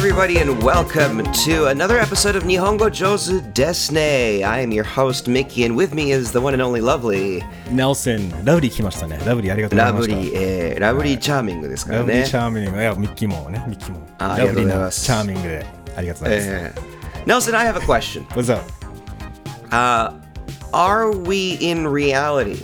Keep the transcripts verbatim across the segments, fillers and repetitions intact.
everybody, and welcome to another episode of Nihongo Jozu Desu Ne. I am your host, Mickey, and with me is the one and only lovely Nelson。ラブリー来ましたね。ラブリーありがとうございました。 ラブリー、えー、ラブリーチャーミングですからね。 ラブリーチャーミング。いや、ミッキーもね、ミッキーも。 ありがとうございます。 チャーミングでありがとうございます。 えー、Nelson, I have a question. What's up? Uh, are we in reality?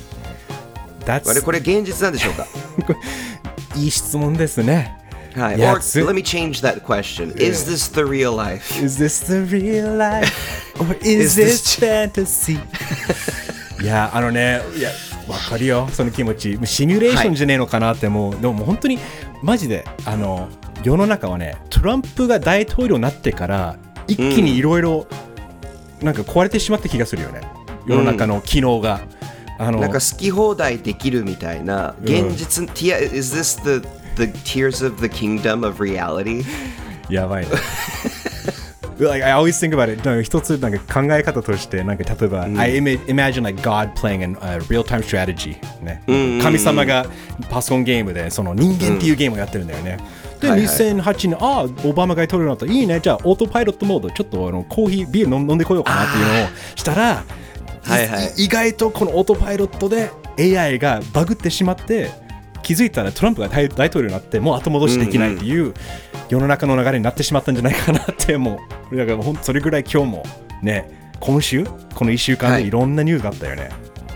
That's... あれ、これ現実なんでしょうかいい質問ですね。 はい。Or, let me change that question. Is this the real life? Is this the real life? Or is, is this fantasy? いや、あのね、いや、わかるよ、その気持ち。シミュレーションじゃねえのかなって、もう、はい、でももう本当に、マジで、あの、世の中はね、トランプが大統領になってから、一気にいろいろ、なんか壊れてしまった気がするよね。世の中の機能が。 うん、あのなんか好き放題できるみたいな、現実、うん、is this the The tears of the kingdom of reality? やばいね。like, I always think about it. 一つなんか考え方としてなんか例えば、うん、I imagine like God playing in a real-time strategy、ねうん、神様がパソコンゲームでその人間っていうゲームをやってるんだよね。うん、で、はいはい、にせんはちねん、ああ、オバマが取るようになったらいいね。じゃあオートパイロットモードちょっとあのコーヒービール飲んでこようかなっていうのをしたら、はいはい、意外とこのオートパイロットで エーアイ がバグってしまって。気づいたらトランプが大統領になってもう後戻しできないっていう世の中の流れになってしまったんじゃないかなってもうだからほんそれぐらい今日もね今週このいっしゅうかんでいろんなニュースがあったよね、はい、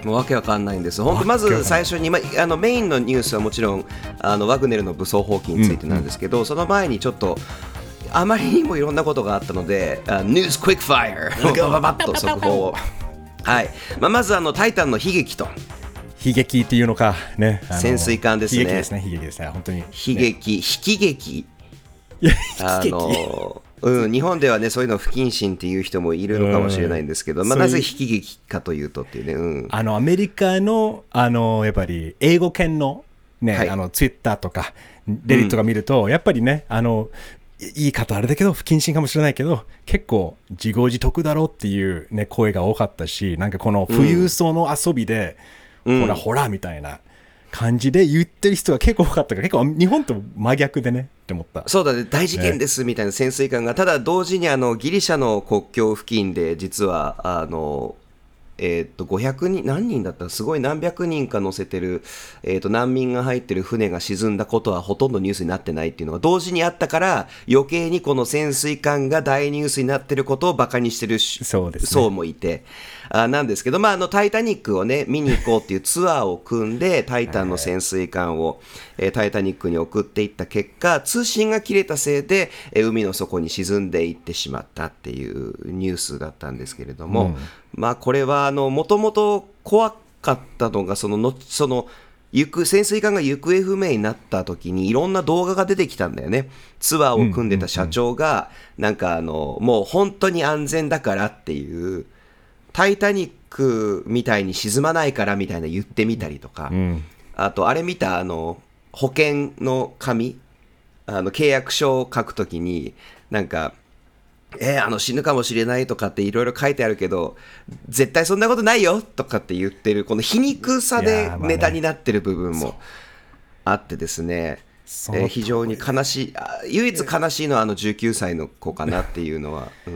もうわけわかんないんです本当まず最初に、ま、あのメインのニュースはもちろんあのワグネルの武装蜂起についてなんですけど、うんうん、その前にちょっとあまりにもいろんなことがあったのでニュースクイックファイアーババッと速報をはい、まあ、まずあのタイタンの悲劇と悲劇っていうのかね潜水艦ですね悲劇ですね悲劇ですね本当に、ね、 悲劇悲喜劇いやあの、うん、日本ではねそういうの不謹慎っていう人もいるのかもしれないんですけど、まあ、なぜ悲喜劇かというとっていうね、うん、 あのアメリカのあのやっぱり英語圏のね、はい、あのツイッターとかレディットが見ると、うん、やっぱりねあの言い方あれだけど不謹慎かもしれないけど結構自業自得だろうっていう、ね、声が多かったしなんかこの富裕層の遊びで、うん、ほらほらみたいな感じで言ってる人が結構多かったから結構日本と真逆でねって思ったそうだね大事件ですみたいな潜水艦が、ね、ただ同時にあのギリシャの国境付近で実はあのえー、とごひゃくにん何人だったらすごい何百人か乗せてる、えー、と難民が入ってる船が沈んだことはほとんどニュースになってないっていうのが同時にあったから余計にこの潜水艦が大ニュースになってることをバカにしてるそうですね層もいてあなんですけど、まあ、あのタイタニックをね見に行こうっていうツアーを組んでタイタンの潜水艦を、えー、タイタニックに送っていった結果通信が切れたせいで、えー、海の底に沈んでいってしまったっていうニュースだったんですけれども、うんまあ、これはもともと怖かったのがそののその行く潜水艦が行方不明になった時にいろんな動画が出てきたんだよね。ツアーを組んでた社長がなんかあのもう本当に安全だからっていうタイタニックみたいに沈まないからみたいな言ってみたりとか、うん、あとあれ見たあの保険の紙あの契約書を書くときになんかえー、あの死ぬかもしれないとかっていろいろ書いてあるけど絶対そんなことないよとかって言ってるこの皮肉さでネタになってる部分もあってですねえー、非常に悲しい唯一悲しいのはあのじゅうきゅうさいの子かなっていうのは、うん、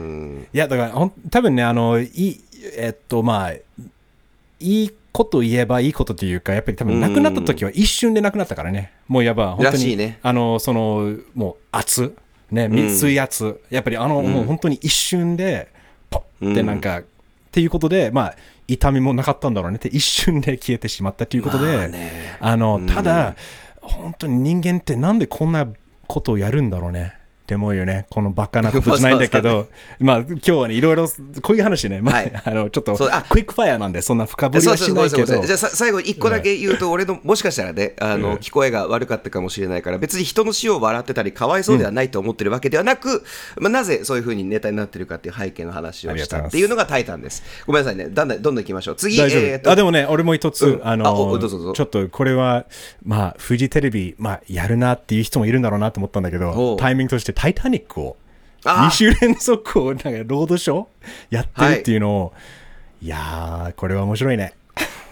いやだからほん多分ねあのいいえっとまあいいこと言えばいいことというかやっぱり多分亡くなった時は一瞬で亡くなったからねもうやば本当に、ね、あのそのもう圧ね、水圧、うん、やっぱりあの、うん、もう本当に一瞬でポッってなんか、うん、っていうことでまあ痛みもなかったんだろうねって一瞬で消えてしまったということで、まあね、あのただ、うん、本当に人間ってなんでこんなことをやるんだろうねって思うよねこのバカなことじゃないんだけどまあ今日はねいろいろこういう話ね、まあはい、あのちょっとクイックファイアなんでそんな深掘りはしないけどじゃあ最後一個だけ言うと、うん、俺のもしかしたらねあの、うん、聞こえが悪かったかもしれないから別に人の死を笑ってたりかわいそうではないと思ってるわけではなく、うんまあ、なぜそういう風にネタになってるかっていう背景の話をしたっていうのがタイタンです。ごめんなさいねだんだんどんどん行きましょう次。 大丈夫、えー、とあでもね俺も一つ、うん、あのあおどうぞどうぞちょっとこれはまあフジテレビ、まあ、やるなっていう人もいるんだろうなと思ったんだけどタイミングとしてタイタニックをに週連続をなんかロードショーやってるっていうのを、はい、いやーこれは面白いね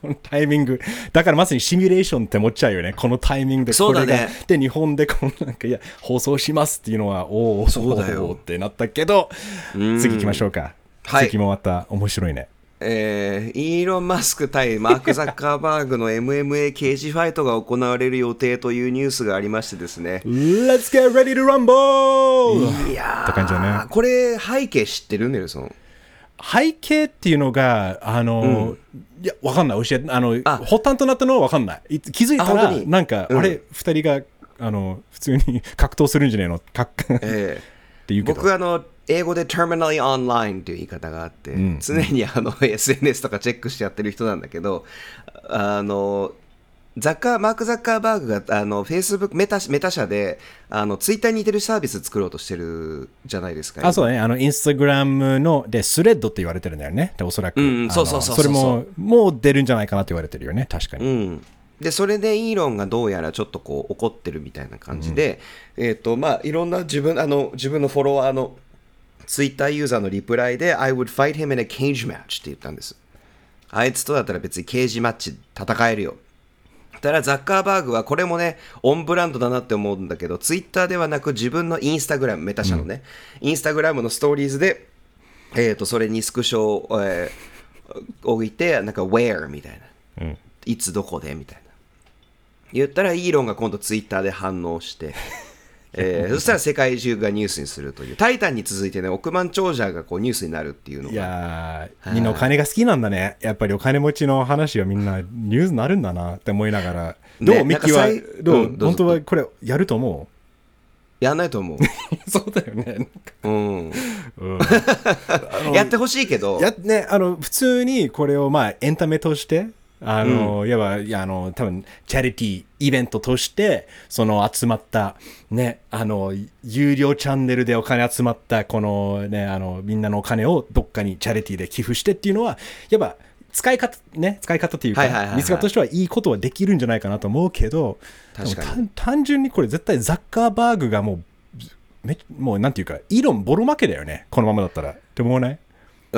このタイミングだからまさにシミュレーションって思っちゃうよね。このタイミングでこれが、ね、で日本でこのなんかいや放送しますっていうのはおおそうだよってなったけど、次行きましょうか。はい、次もまた面白いね。 えー、イーロン・マスク対マーク・ザッカーバーグの エムエムエー ケージファイトが行われる予定というニュースがありましてですね。 Let's get ready to rumble! いやーって感じだね。 これ背景知ってるネルソン？ 背景っていうのがあの、うん、いやわかんない。教えてあのあ発端となったのはわかんない。気づいたらなんか、うん、あれふたりがあの普通に格闘するんじゃねえの、えー、っていうけど僕あの英語で terminally online という言い方があって、うん、常にあの エスエヌエス とかチェックしてやってる人なんだけど、あのザッカーマーク・ザッカーバーグがあの Facebook メタメタ社であのツイッターに似てるサービス作ろうとしてるじゃないですか。 あ、そうだね。あのインスタグラムのでスレッドって言われてるんだよね。でおそらく、うん、そうそうそうそう。それももう出るんじゃないかなって言われてるよね。確かに。うん、 でそれでイーロンがどうやらちょっとこう怒ってるみたいな感じで、うん、えっとまあいろんな自分あの自分のフォロワーのツイッターユーザーのリプライで I would fight him in a cage match って言ったんです。あいつとだったら別にケージマッチ戦えるよ。ただザッカーバーグはこれもねオンブランドだなって思うんだけど、ツイッターではなく自分のインスタグラムメタ社のね、うん、インスタグラムのストーリーズで、えー、とそれにスクショを、えー、置いてなんか where みたいな、うん、いつどこでみたいな言ったらイーロンが今度ツイッターで反応してえー、そしたら世界中がニュースにするというタイタンに続いてね億万長者がこうニュースになるっていうのが、 いやみんなお金が好きなんだね。やっぱりお金持ちの話はみんなニュースになるんだなって思いながら、どう、ね、ミッキーはどう、うん、どう本当はこれやると思う？ やんないと思うそうだよね。うん、 うん、やってほしいけどや、ね、あの普通にこれをまあエンタメとしてあの、うん、いわばいやあの多分チャリティーイベントとしてその集まったねあの有料チャンネルでお金集まったこのねあのみんなのお金をどっかにチャリティーで寄付してっていうのはやっぱ使い方ね使い方っていうか、はいはいはいはい、見つかとしてはいいことはできるんじゃないかなと思うけど、確かに単純にこれ絶対ザッカーバーグがもうめもうなんていうかイーロンボロ負けだよねこのままだったらって思わない？ うん、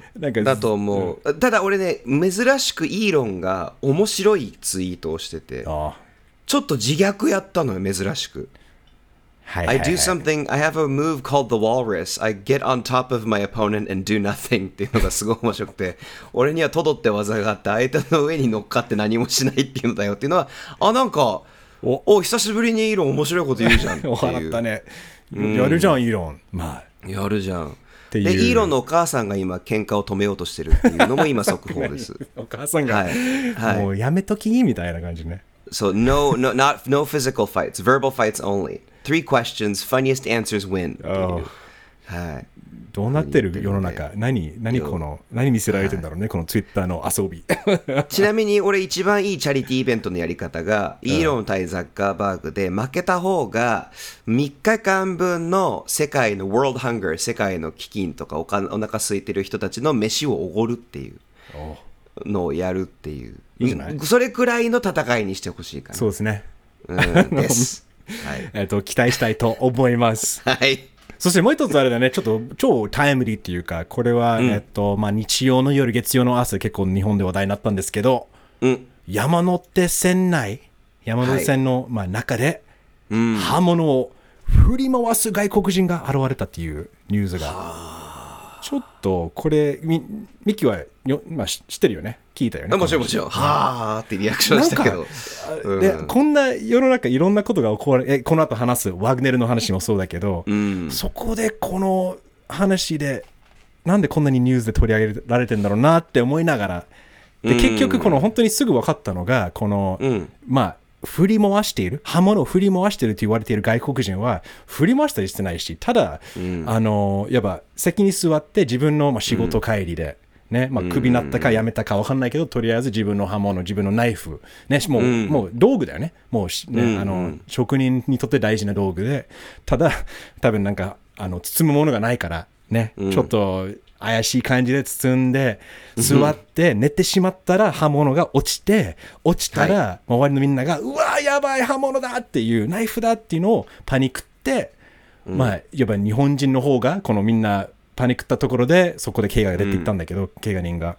なんかだと思う、うん、ただ俺ね珍しくイーロンが面白いツイートをしてて、ああちょっと自虐やったのよ珍しく、はいはいはい、I do something I have a move called the walrus I get on top of my opponent and do nothing っていうのがすごい面白くて俺にはトドって技があって相手の上に乗っかって何もしないっていうのだよっていうのはあなんか お, お久しぶりにイーロン面白いこと言うじゃんっていう笑ったね、うん、やるじゃんイーロン、まあやるじゃんでイーロンのお母さんが今喧嘩を止めようとしてるっていうのも今速報ですお母さんが、はいはい、もうやめときみたいな感じね。 So no, no, not, no physical fights, verbal fights only. Three questions, funniest answers win. Oh. はい。 どうなってる世の中？何何この何見せられてるんだろうね、このツイッターの遊び。 ちなみに俺一番いいチャリティーイベントのやり方が、イーロン対ザッカーバーグで負けた方がみっかかんぶんの世界の World Hunger 世界の飢饉とかおかお腹空いてる人たちの飯をおごるっていうのをやるっていう。いいじゃない？それくらいの戦いにしてほしいかな。 そうですね。 うんです。はい。 えっと期待したいと思います。 はい。 そしてもう一つあれだね、ちょっと超タイムリーっていうか、これは、うん、えっと、まあ、日曜の夜、月曜の朝、結構日本で話題になったんですけど、うん、山手線内、山手線の、はいまあ、中で、うん、刃物を振り回す外国人が現れたっていうニュースが。ちょっと、これ、ミッキーはよ、まあ、知ってるよね。聞いたよね。 もちろんもちろん。はーってリアクションしたけど。 うん、でこんな世の中いろんなことが起こる。えこの後話すワグネルの話もそうだけど、うん、そこでこの話でなんでこんなにニュースで取り上げられてるんだろうなって思いながらで結局この本当にすぐ分かったのがこの、うん、まあ振り回している刃物を振り回していると言われている外国人は振り回したりしてないしただ、うん、あのやっぱ席に座って自分の仕事帰りで、うんねまあ、クビになったか辞めたか分かんないけどとりあえず自分の刃物自分のナイフ、ねもううん、もう道具だよねもうね、うん、あの職人にとって大事な道具でただ多分なんかあの包むものがないからね、うん、ちょっと怪しい感じで包んで座って寝てしまったら刃物が落ちて落ちたら、はい、周りのみんながうわやばい刃物だっていうナイフだっていうのをパニックって、うん、まあやっぱ日本人の方がこのみんなパニックったところでそこで怪我が出ていったんだけど、うん、怪我人が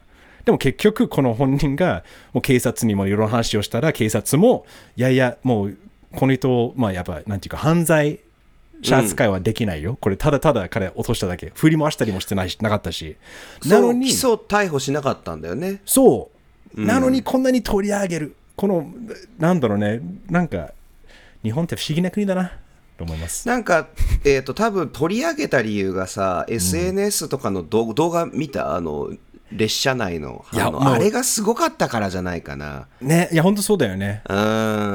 でも結局この本人がもう警察にもいろいろ話をしたら、警察もいやいやもうこの人をまあやっぱなんていうか犯罪者扱いはできないよ、うん、これただただ彼落としただけ、振り回したりもしてないしなかったし、なのに起訴逮捕しなかったんだよね。 そう、うん、なのにこんなに取り上げる、このなんだろうね、なんか日本って不思議な国だなと思います。 なんか、えーと、多分取り上げた理由がさ、うん、エスエヌエス とかの動画見た、あの列車内の、あの、あれがすごかったからじゃないかな。 ね、いや本当そうだよね。うん、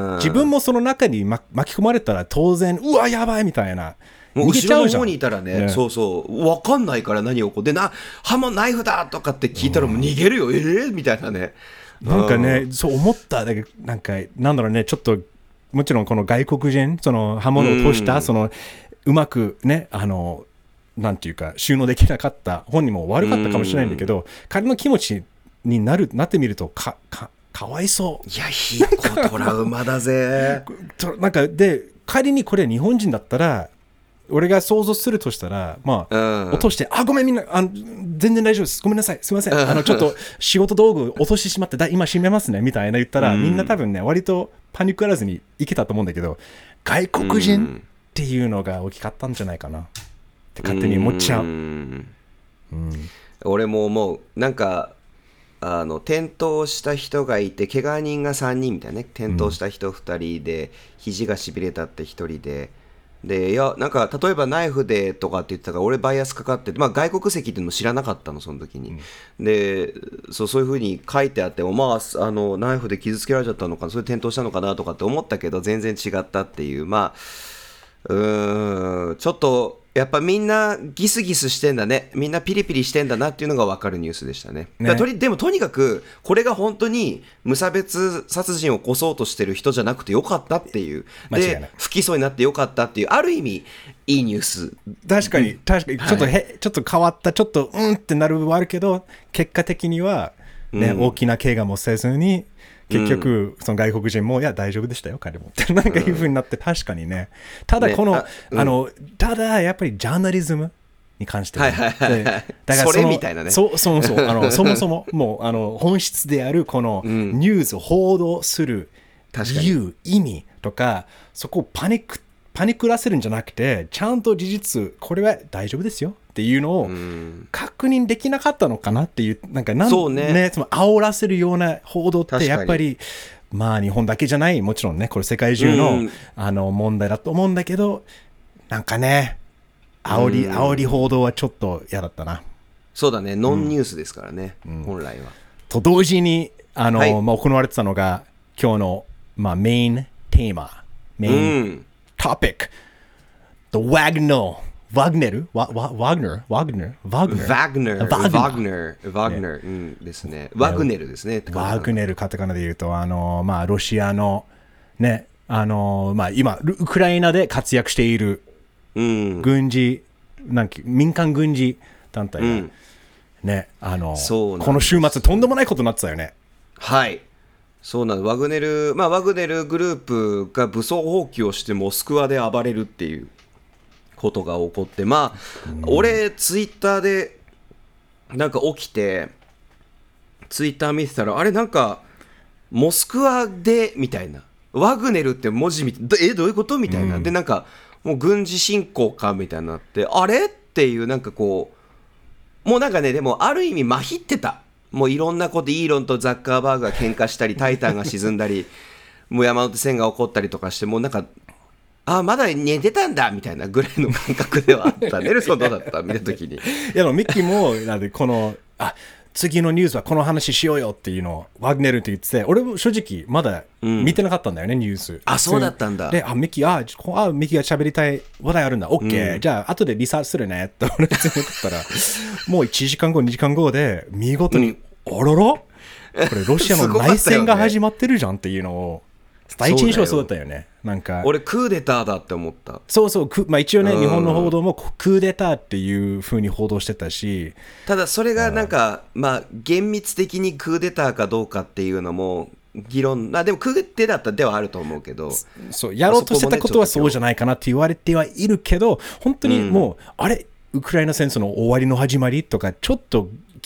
自分もその中に、ま、巻き込まれたら当然うわやばいみたいな。 もう後ろの方にいたら ね, ねそうそう分かんないから何をこうでな刃物ナイフだとかって聞いたらもう逃げるよ、うん、えーみたいなね。 なんかね、うん、そう思っただけなんかなんだろうね、ちょっともちろんこの外国人その刃物を通した、うん、そのうまくねあのなんていうか収納できなかった本人も悪かったかもしれないんだけど、うん、彼の気持ちになるなってみるとかかかわいそう。 いやひっこトラウマだぜなんかで仮にこれ日本人だったら俺が想像するとしたら、まあ、うん、落として、あ、ごめんみんな、あの全然大丈夫です、ごめんなさい、すみません、あのちょっと仕事道具落としてしまって、だ今閉めますねみたいな言ったら、うん、みんな多分ね、割とパニックらずにいけたと思うんだけど、外国人っていうのが大きかったんじゃないかなって勝手に思っちゃう。うんうん、俺も思う、なんか、あの転倒した人がいて、怪我人がさんにんみたいなね、転倒した人ふたりで、肘がしびれたってひとりで。でいやなんか例えばナイフでとかって言ってたから俺バイアスかかってて、まあ、外国籍っていうのも知らなかったのその時に、うん、で そう、そういう風に書いてあっても、まあ、あのナイフで傷つけられちゃったのかな、それで転倒したのかなとかって思ったけど全然違ったっていう、まあうーんちょっとやっぱみんなギスギスしてんだね、みんなピリピリしてんだなっていうのが分かるニュースでしたね。ね、だとりでもとにかくこれが本当に無差別殺人を起こそうとしてる人じゃなくてよかったっていう、で不起訴になってよかったっていう、ある意味いいニュース。 確かに確かにちょっとへ、はい、ちょっと変わった、ちょっとうんってなる部分はあるけど、結果的には、ね、うん、大きな怪我もせずに結局、うん、その外国人もいや大丈夫でしたよ彼もってなんかいう風になって、確かにね。ただこの、ね、あ、うん、あのただやっぱりジャーナリズムに関しては、ね、はいはいはいはい、だからそれみたいなね。 そそうそうあのそもそももうあの本質であるこのニュースを報道する理由、意味とか、そこをパニックパニックらせるんじゃなくて、ちゃんと事実これは大丈夫ですよっていうのを確認できなかったのかなっていう、なんかなんそうね、 ね、つまり煽らせるような報道ってやっぱりまあ日本だけじゃない、もちろんねこれ世界中の、あの問題だと思うんだけど、なんかね煽り煽り報道はちょっと嫌だったな。 そうだね、ノンニュースですからね、うん、本来は。 と同時にあの、はい、まあ、行われてたのが今日の、まあ、メインテーマ、メイントピック、The Wagnerワグネルワワグネルワグネルワグネルワグネルワグネルワグネルですね。ワグネルですね。 ワグネルカタカナで言うと、あのまあロシアのね、あのまあ今ウクライナで活躍している軍事、うん、なんか民間軍事団体が、うん、ね、あのこの週末とんでもないことになってたよね。 はい。そうなの。ワグネル、まあワグネルグループが武装蜂起をしてモスクワで暴れるっていうことが起こって、まあ、うん、俺ツイッターでなんか起きてツイッター見てたら、あれなんかモスクワでみたいな、ワグネルって文字見て、えどういうことみたいな、うん、でなんかもう軍事侵攻かみたいになって、あれっていう、なんかこうもうなんかね、でもある意味まひってた。もういろんなことイーロンとザッカーバーグが喧嘩したり、タイタンが沈んだりもう山手線が起こったりとかして、もうなんかあまだ寝てたんだみたいなぐらいの感覚ではあった。ネルソンどうだった見たときに。いやミッキーもなんでこのあ次のニュースはこの話しようよっていうのをワグネルって言ってて、俺も正直まだ見てなかったんだよね、うん、ニュース。 あそうだったんだ。 であミッキーああミッキーが喋りたい話題あるんだ、 OK、うん、じゃあ後でリサーチするねって俺ずっと言ったらもういちじかんごにじかんごで見事に、うん、あららこれロシアの内戦が始まってるじゃんっていうのを第一印象はそうだったよね。なんか俺クーデターだって思った。 そうそう、まあ、一応ね、うん、日本の報道もクーデターっていう風に報道してたし、 ただそれがなんか、まあ、厳密的にクーデターかどうかっていうのも議論、あでもクーデターではあると思うけど、 そうやろうとしてたことはそうじゃないかなって言われてはいるけど、本当にもう、うん、あれウクライナ戦争の終わりの始まりとかちょっと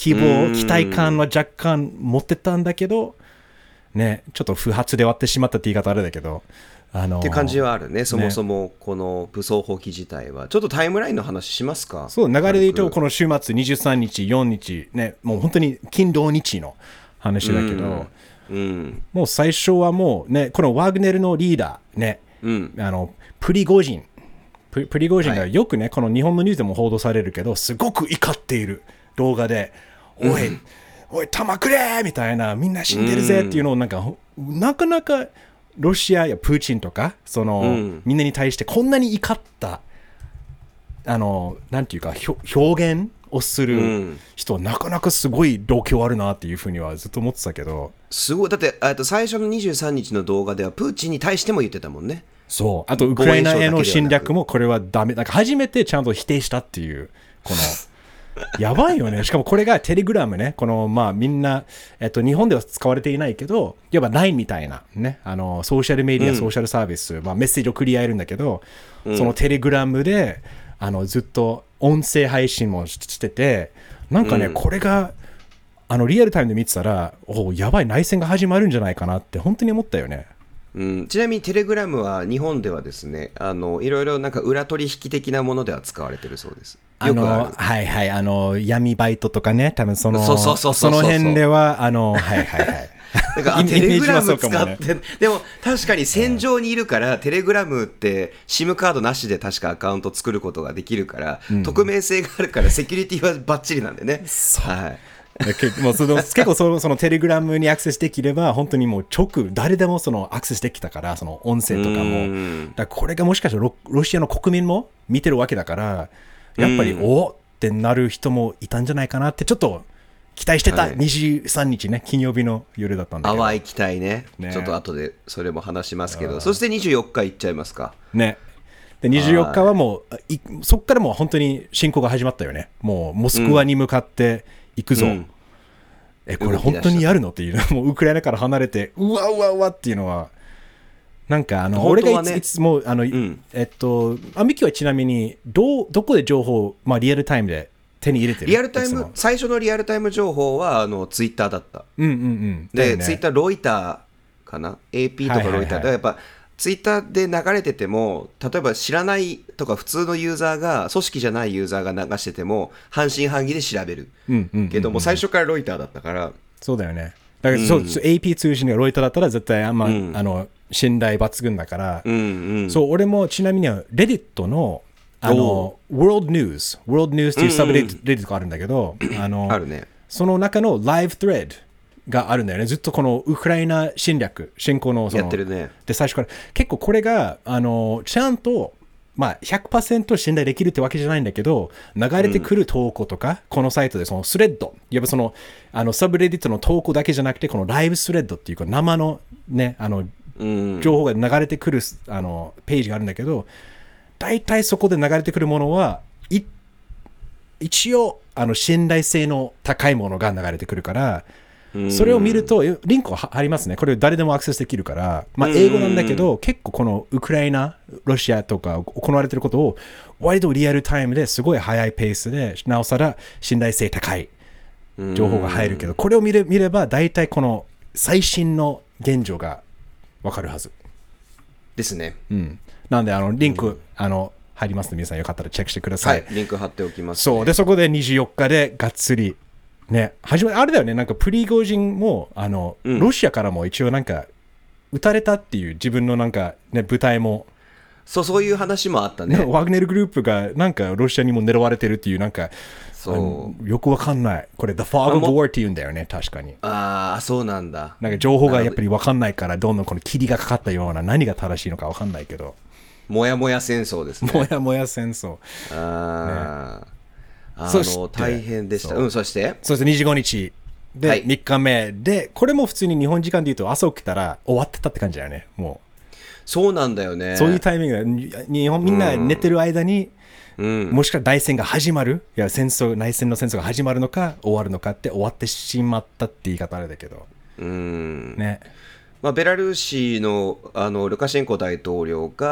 希望、期待感は若干持ってたんだけど、ね、ちょっと不発で終わってしまったって言い方あれだけど、あのー、 って感じはあるね。そもそもこの武装蜂起自体は。ちょっとタイムラインの話しますか。 そう、流れで言うと、この週末にじゅうさんにち、よっか、ね、もう本当に金土日の話だけど、 うんうん、 もう最初はもうね、このワグネルのリーダー、ね、うん、あのプリゴジン、プ, プリゴジンがよくね、はい、この日本のニュースでも報道されるけど、すごく怒っている動画で、うん、おい、おい、弾くれみたいな、みんな死んでるぜっていうのをなんか、うん、なかなかロシアやプーチンとか、その、うん、みんなに対してこんなに怒った、あの、なんていうか、表現をする人はなかなかすごい度胸あるなっていうふうにはずっと思ってたけど、 すごい。だってと最初のにじゅうさんにちの動画ではプーチンに対しても言ってたもんね。 そう。あとウクライナへの侵略もこれはダメ。なんか初めてちゃんと否定したっていうこのやばいよね。しかもこれがテレグラムね。このまあみんなえっと日本では使われていないけど、いわば ライン みたいなね、あのソーシャルメディア、うん、ソーシャルサービス、まあメッセージを送り合えるんだけど、うん、そのテレグラムであのずっと音声配信もしてて、なんかね、うん、これがあのリアルタイムで見てたら、おやばい内戦が始まるんじゃないかなって本当に思ったよね。 うん、ちなみにテレグラムは日本ではですね、あのいろいろなんか裏取引的なものでは使われてるそうです。よくある。 あのはいはい、あの闇バイトとかね、多分そのその辺ではあのはいはいはい。 なんかテレグラム使って、ね、でも確かに戦場にいるから、うん、テレグラムって SIM カードなしで確かアカウント作ることができるから、うん、匿名性があるからセキュリティはバッチリなんでね。はいもうその結構その、そのテレグラムにアクセスできれば本当にもう直誰でもそのアクセスできたから、その音声とかもだからこれがもしかしたら ロ, ロシアの国民も見てるわけだから、やっぱりおーってなる人もいたんじゃないかなってちょっと期待してた、はい、にじゅうさんにちね、金曜日の夜だったんだけど、 淡い期待 ね, ねちょっと後でそれも話しますけど、そしてにじゅうよっかいっちゃいますかね。でにじゅうよっかはもういそこからもう本当に侵攻が始まったよね。もうモスクワに向かって行くぞ、うんうん、えこれ本当にやるのっていうもうウクライナから離れてうわうわうわっていうのはなんかあの、ね、俺がいついつもあの、うん、えっとあミキはちなみにどうどこで情報、まあ、リアルタイムで手に入れてる？ リアルタイム最初のリアルタイム情報はあのツイッターだった。 うんうんうん。 で、ね、ツイッターロイターかな エーピー とかロイターで、はいはいはい、やっぱツイッターで流れてても、例えば知らないとか普通のユーザーが組織じゃないユーザーが流してても半信半疑で調べる、うんうんうんうん、けども最初からロイターだったから。 そうだよね。だから、うん、そう エーピー 通信がロイターだったら絶対あんま、うん、あの信頼抜群だから、うんうん、そう俺もちなみにはレディットのあの World News World News っていうサブレディットがあるんだけど、うんうん、あのあるね。その中の Live Threadがあるんだよね。ずっとこのウクライナ侵略侵攻 の, そのやってるね。 で最初から結構これがあのちゃんとまあ ひゃくパーセント 信頼できるってわけじゃないんだけど、流れてくる投稿とか、うん、このサイトでそのスレッド、いわばそのあのサブレディットの投稿だけじゃなくて、このライブスレッドっていうか生のねあの、うん、情報が流れてくるあのページがあるんだけど、大体そこで流れてくるものはい一応あの信頼性の高いものが流れてくるから、それを見るとリンクを貼りますね。これ誰でもアクセスできるから、まあ、英語なんだけど結構このウクライナロシアとか行われていることを割とリアルタイムですごい速いペースでなおさら信頼性高い情報が入るけど、これを見れ、見れば大体この最新の現状が分かるはずですね。 うん、なんであのリンク、うん、あの入りますので皆さんよかったらチェックしてください。 はい、リンク貼っておきます、ね。 そうでそこでにじゅうよっかでがっつりね、始まりあれだよね。なんかプリゴジンもあの、うん、ロシアからも一応なんか撃たれたっていう自分のなんかね部隊もそうそういう話もあったね。 ワグネルグループがなんかロシアにも狙われてるっていうなんかそうよくわかんない。これ The Fog of War って言うんだよね確かに。 ああそうなんだ。 なんか情報がやっぱりわかんないからどんどんこの霧がかかったような何が正しいのかわかんないけど。 もやもや戦争ですね。 もやもや戦争。 ああ。ねあの大変でした。うん、そしてそしてにじゅうごにちで、はい、みっかめでこれも普通に日本時間で言うと朝起きたら終わってたって感じだよね。もうそうなんだよね。 そういうタイミングが日本みんな寝てる間に、うん、もしかしたら内戦が始まるいや戦争内戦の戦争が始まるのか終わるのかって終わってしまったって言い方あれだけど、 うんねまあ、ベラルーシ の, あのルカシェンコ大統領が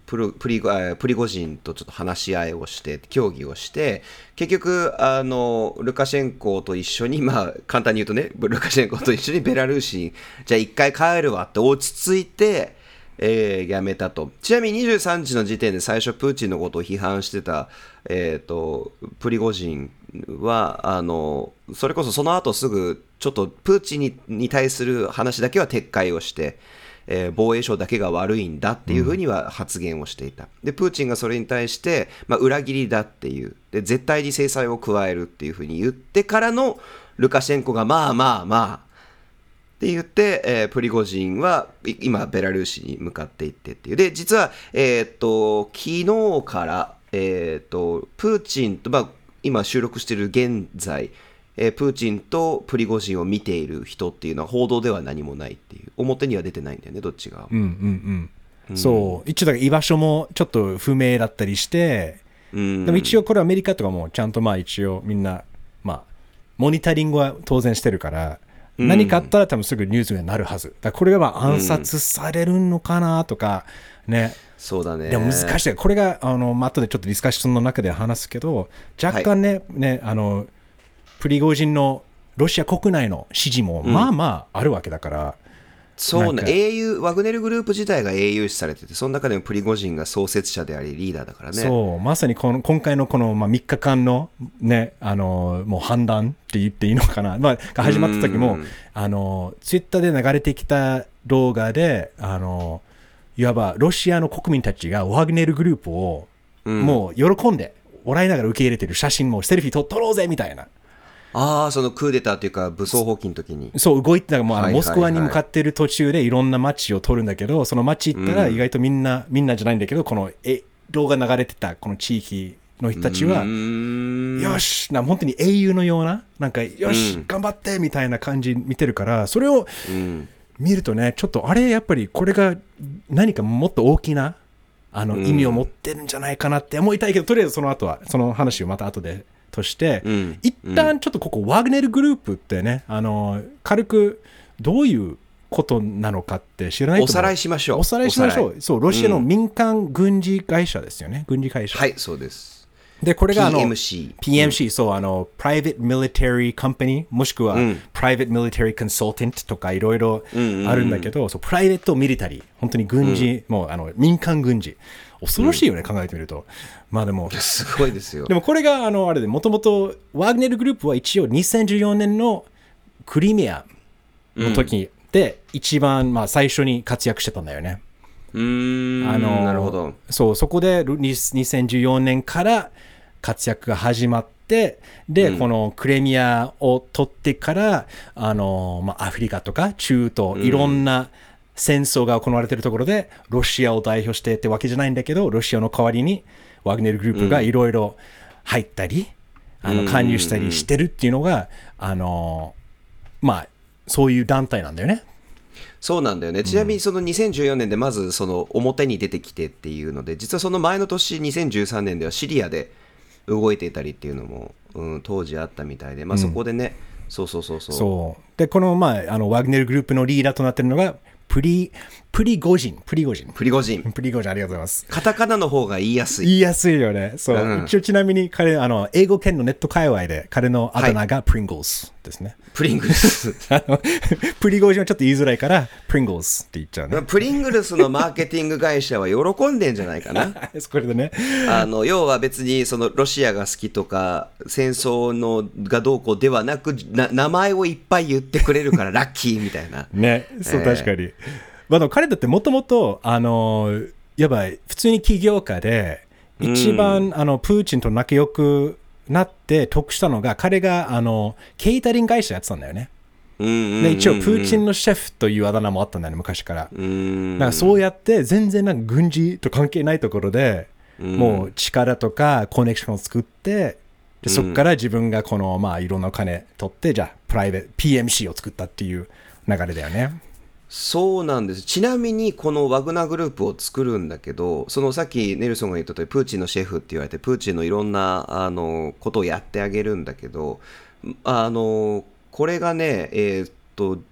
プルプリゴプリゴジンとちょっと話し合いをして協議をして結局あのルカシェンコと一緒にまあ簡単に言うとねルカシェンコと一緒にベラルーシにじゃあ一回帰るわって落ち着いて、えー、やめたと。ちなみににじゅうさんにちの時点で最初プーチンのことを批判してた、えー、とプリゴジンはあのそれこそその後すぐちょっとプーチン に, に対する話だけは撤回をしてえー、防衛省だけが悪いんだっていうふうには発言をしていた。でプーチンがそれに対して、まあ、裏切りだっていうで絶対に制裁を加えるっていうふうに言ってからのルカシェンコがまあまあまあって言って、えー、プリゴジンは今ベラルーシに向かっていってっていうで実は、えー、っと昨日から、えー、っとプーチンと、まあ、今収録している現在えー、プーチンとプリゴジンを見ている人っていうのは報道では何もないっていう表には出てないんだよねどっちが、 うんうんうんうん、そう一応だから居場所もちょっと不明だったりして、うん、でも一応これアメリカとかもちゃんとまあ一応みんなまあモニタリングは当然してるから、うん、何かあったら多分すぐニュースになるはずだからこれがまあ暗殺されるのかなとかね、 そうだね。 でも難しいこれがあの、まあ後でちょっとディスカッションの中で話すけど若干ね、はい、ねあのプリゴジンのロシア国内の支持もまあまああるわけだから、うん、 そうね英雄ワグネルグループ自体が英雄視されててその中でもプリゴジンが創設者でありリーダーだからね。 そうまさにこの今回のこの、まあ、みっかかんのねあのもう反乱って言っていいのかな、まあ、が始まった時もあのツイッターで流れてきた動画であのいわばロシアの国民たちがワグネルグループをもう喜んで笑いながら受け入れてる写真もセルフィー撮ろうぜみたいな。 ああそのクーデターというか武装蜂起の時にそう動いてたもうあのモスクワに向かってる途中でいろんな街を撮るんだけどその街行ったら意外とみんな、うん、みんなじゃないんだけどこのえ動画流れてたこの地域の人たちはよしな本当に英雄のようななんかよし、うん、頑張ってみたいな感じ見てるからそれを見るとねちょっとあれやっぱりこれが何かもっと大きなあの意味を持ってるんじゃないかなって思いたいけどとりあえずその後はその話をまた後でとして、うん、一旦ちょっとここ、うん、ワグネルグループってねあの軽くどういうことなのかって知らないと思う。 おさらいしましょうおさらいしましょう。そうロシアの民間軍事会社ですよね、うん、軍事会社はいそうです。 でこれがあのピーエムシーピーエムシー、うん、そうあの Private Military Company もしくは、うん、Private Military Consultant とかいろいろあるんだけど、うんうんうん、そうプライベートミリタリー本当に軍事、うん、もうあの民間軍事恐ろしいよね、うん、考えてみると。まあでもすごいですよ。 でもこれがあのあれでもともとワグネルグループは一応にせんじゅうよねんのクリミアの時で一番まあ最初に活躍してたんだよね。 うーんあのなるほど。 そうそこでにせんじゅうよねんから活躍が始まってで、うん、このクリミアを取ってからあの、まあ、アフリカとか中東いろんな戦争が行われているところでロシアを代表してってわけじゃないんだけどロシアの代わりにワグネルグループがいろいろ入ったり、うん、あの勧誘したりしてるっていうのがあのまあそういう団体なんだよね。 そうなんだよね。ちなみにそのにせんじゅうよねんでまずその表に出てきてっていうので実はその前の年にせんじゅうさんねんではシリアで動いていたりっていうのも、うん、当時あったみたいで、まあ、そこでね、うん、そうそうそうそうそうでこの、まあ、あのワグネルグループのリーダーとなっているのがプリプリゴジンプリゴジンプリゴジンプリゴジンありがとうございます。 カタカナの方が言いやすい言いやすいよね。そう、うん、一応ちなみに彼あの英語圏のネット界隈で彼のあだ名がプリングルスですね、はい、 プリングルスあのプリゴジンはちょっと言いづらいからプリングルスって言っちゃうね。 プリングルスのマーケティング会社は喜んでんじゃないかなこれでねあの要は別にそのロシアが好きとか戦争のがどうこうではなくな名前をいっぱい言ってくれるからラッキーみたいなねそう、えー、確かにまあ、でも彼だってもともとあのやばい普通に起業家で一番、うん、あのプーチンと仲良くなって得したのが彼があのケータリング会社やってたんだよね。 うんうんうんうん、 で一応プーチンのシェフというあだ名もあったんだよね昔から。うんだからそうやって全然なんか軍事と関係ないところで、うん、もう力とかコネクションを作ってでそこから自分がこのまあいろんなお金取ってじゃあプライベート ピーエムシー を作ったっていう流れだよね。 そうなんです。ちなみにこのワグナーグループを作るんだけどそのさっきネルソンが言った通りプーチンのシェフって言われてプーチンのいろんなあのことをやってあげるんだけどあのこれがねえー、っと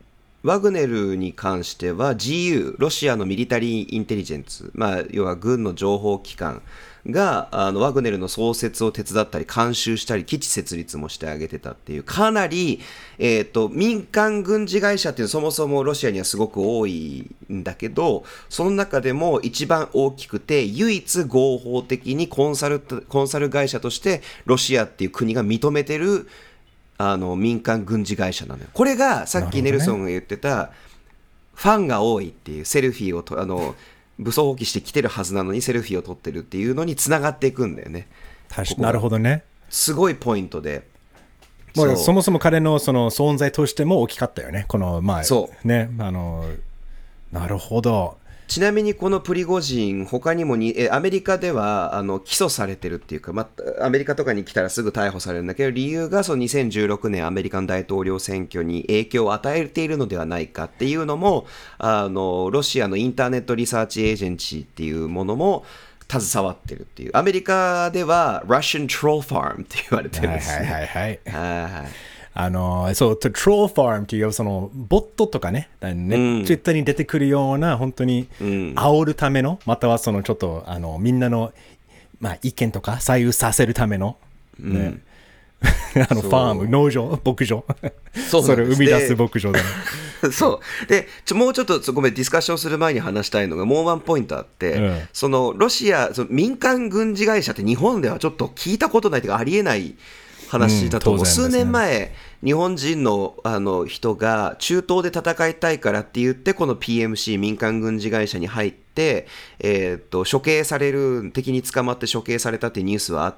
ワグネルに関しては ジーユー、ロシアのミリタリーインテリジェンツ、まあ、要は軍の情報機関があのワグネルの創設を手伝ったり監修したり基地設立もしてあげてたっていうかなり、えーと、民間軍事会社っていうのはそもそもロシアにはすごく多いんだけど、その中でも一番大きくて唯一合法的にコンサル、コンサル会社としてロシアっていう国が認めてるあの民間軍事会社なのよ。これがさっきネルソンが言ってた、ファンが多いっていうセルフィーをとあの武装放棄してきてるはずなのにセルフィーを撮ってるっていうのにつながっていくんだよね。 確かなるほどね。 すごいポイントで、 もう そ, そもそも彼のその存在としても大きかったよね。この前そうね、あのなるほど。 ちなみにこのプリゴジン他にもにえアメリカではあの起訴されてるっていうか、ま、アメリカとかに来たらすぐ逮捕されるんだけど、理由がそのにせんじゅうろくねんアメリカの大統領選挙に影響を与えているのではないかっていうのも、あのロシアのインターネットリサーチエージェンシーっていうものも携わってるっていう。アメリカでは Russian Troll Farm って言われてるんですね。 はいはいはい、 はい。 あのそう、トロールファームっていうそのボットとかね、ね、うん、ツイッターに出てくるような本当に煽るための、またはそのちょっとあのみんなの、まあ、意見とか左右させるための、ね、うん、あのファーム、農場、牧場、そうそれを生み出す牧場だね。 そうでちょもうちょっとごめんディスカッションする前に話したいのがもうワンポイントあって、うん、そのロシアその民間軍事会社って日本ではちょっと聞いたことないというかありえない話だと思う、うん、数年前日本人 の, あの人が中東で戦いたいからって言ってこの ピーエムシー 民間軍事会社に入って、えー、と処刑される敵に捕まって処刑されたっていうニュースはあって、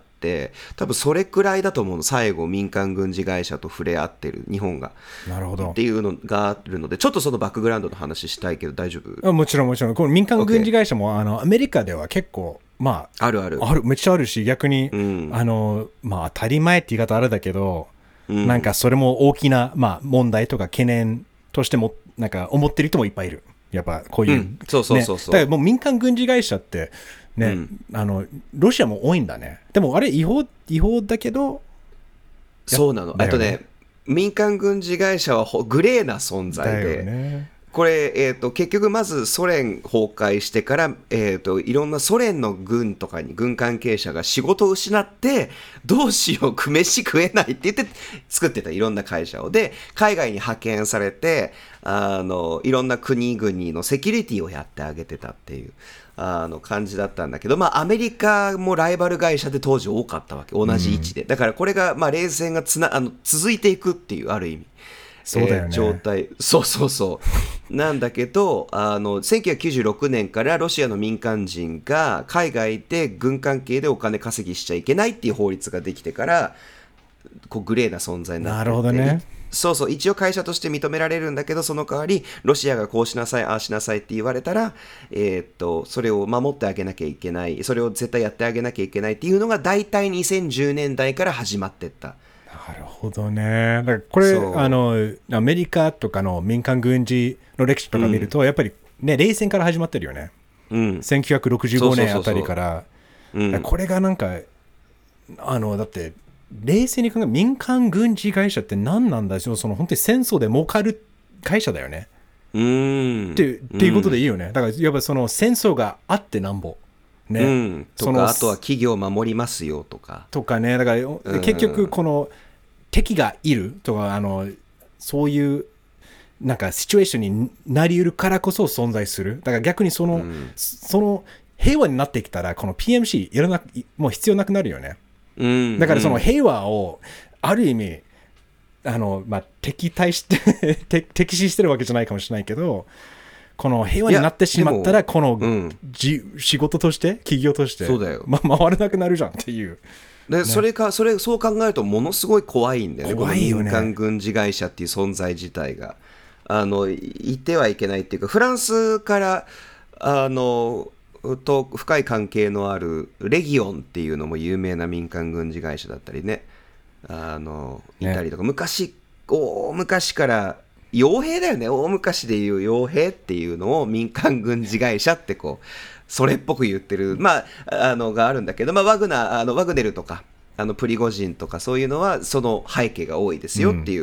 多分それくらいだと思うの、最後民間軍事会社と触れ合ってる日本がなるほどっていうのがあるので、ちょっとそのバックグラウンドの話したいけど大丈夫？ もちろんもちろん。この民間軍事会社も、okay. あのアメリカでは結構まあ、 あるあるあるめっちゃあるし、逆に、うん、あのまあ、当たり前って言い方あれだけど、うん、なんかそれも大きな、まあ、問題とか懸念としてもなんか思ってる人もいっぱいいる。やっぱこういう、うん、 そうそうそうそう、 ね、だからもう民間軍事会社ってね、うん、あのロシアも多いんだね。でもあれ違法違法だけど、 そうなの。あとね、民間軍事会社はグレーな存在で。だよね。これ、えーと、結局まずソ連崩壊してから、えーと、いろんなソ連の軍とかに軍関係者が仕事を失ってどうしよう飯食えないって言って作ってたいろんな会社をで海外に派遣されてあのいろんな国々のセキュリティをやってあげてたっていうあの感じだったんだけど、まあ、アメリカもライバル会社で当時多かったわけ、同じ位置で、うん、だからこれが、まあ、冷戦がつなあの続いていくっていうある意味そうだよね、 えー、状態そうそうそうなんだけどあのせんきゅうひゃくきゅうじゅうろくねんからロシアの民間人が海外で軍関係でお金稼ぎしちゃいけないっていう法律ができてからこうグレーな存在になってなるほどね。 そうそう一応会社として認められるんだけど、その代わりロシアがこうしなさいああしなさいって言われたら、えー、っとそれを守ってあげなきゃいけない、それを絶対やってあげなきゃいけないっていうのが大体にせんじゅうねんだいから始まってった。 なるほどね。だからこれあのアメリカとかの民間軍事の歴史とか見ると、うん、やっぱりね冷戦から始まってるよね、うん、せんきゅうひゃくろくじゅうごねんあたりから。これがなんかあのだって冷静に考え民間軍事会社って何なんだよ、その本当に戦争で儲かる会社だよね、 うん、 って、っていうことでいいよね。だからやっぱその戦争があってなんぼね、うん、 とかあとは企業を守りますよとかとかね。だから、うん、結局この敵がいるとかあのそういうなんかシチュエーションになり得るからこそ存在する。だから逆にその、うん、その平和になってきたらこの ピーエムシー いらなもう必要なくなるよね、うん、だからその平和をある意味あの、まあ、敵対して敵視してるわけじゃないかもしれないけど、この平和になってしまったらこの、うん、じ仕事として企業としてそうだよ、 ま、回れなくなるじゃんっていうで、ね、それかそれそう考えるとものすごい怖いんだよね。 怖いよね、 この民間軍事会社っていう存在自体があのいてはいけないっていうか、フランスからあのと深い関係のあるレギオンっていうのも有名な民間軍事会社だったりね、あのいたりとか、ね、昔大昔から傭兵だよね、大昔でいう傭兵っていうのを民間軍事会社ってこうそれっぽく言ってる、まあ、あのがあるんだけど、まあ、ワグナあのワグネルとかあのプリゴジンとかそういうのはその背景が多いですよっていう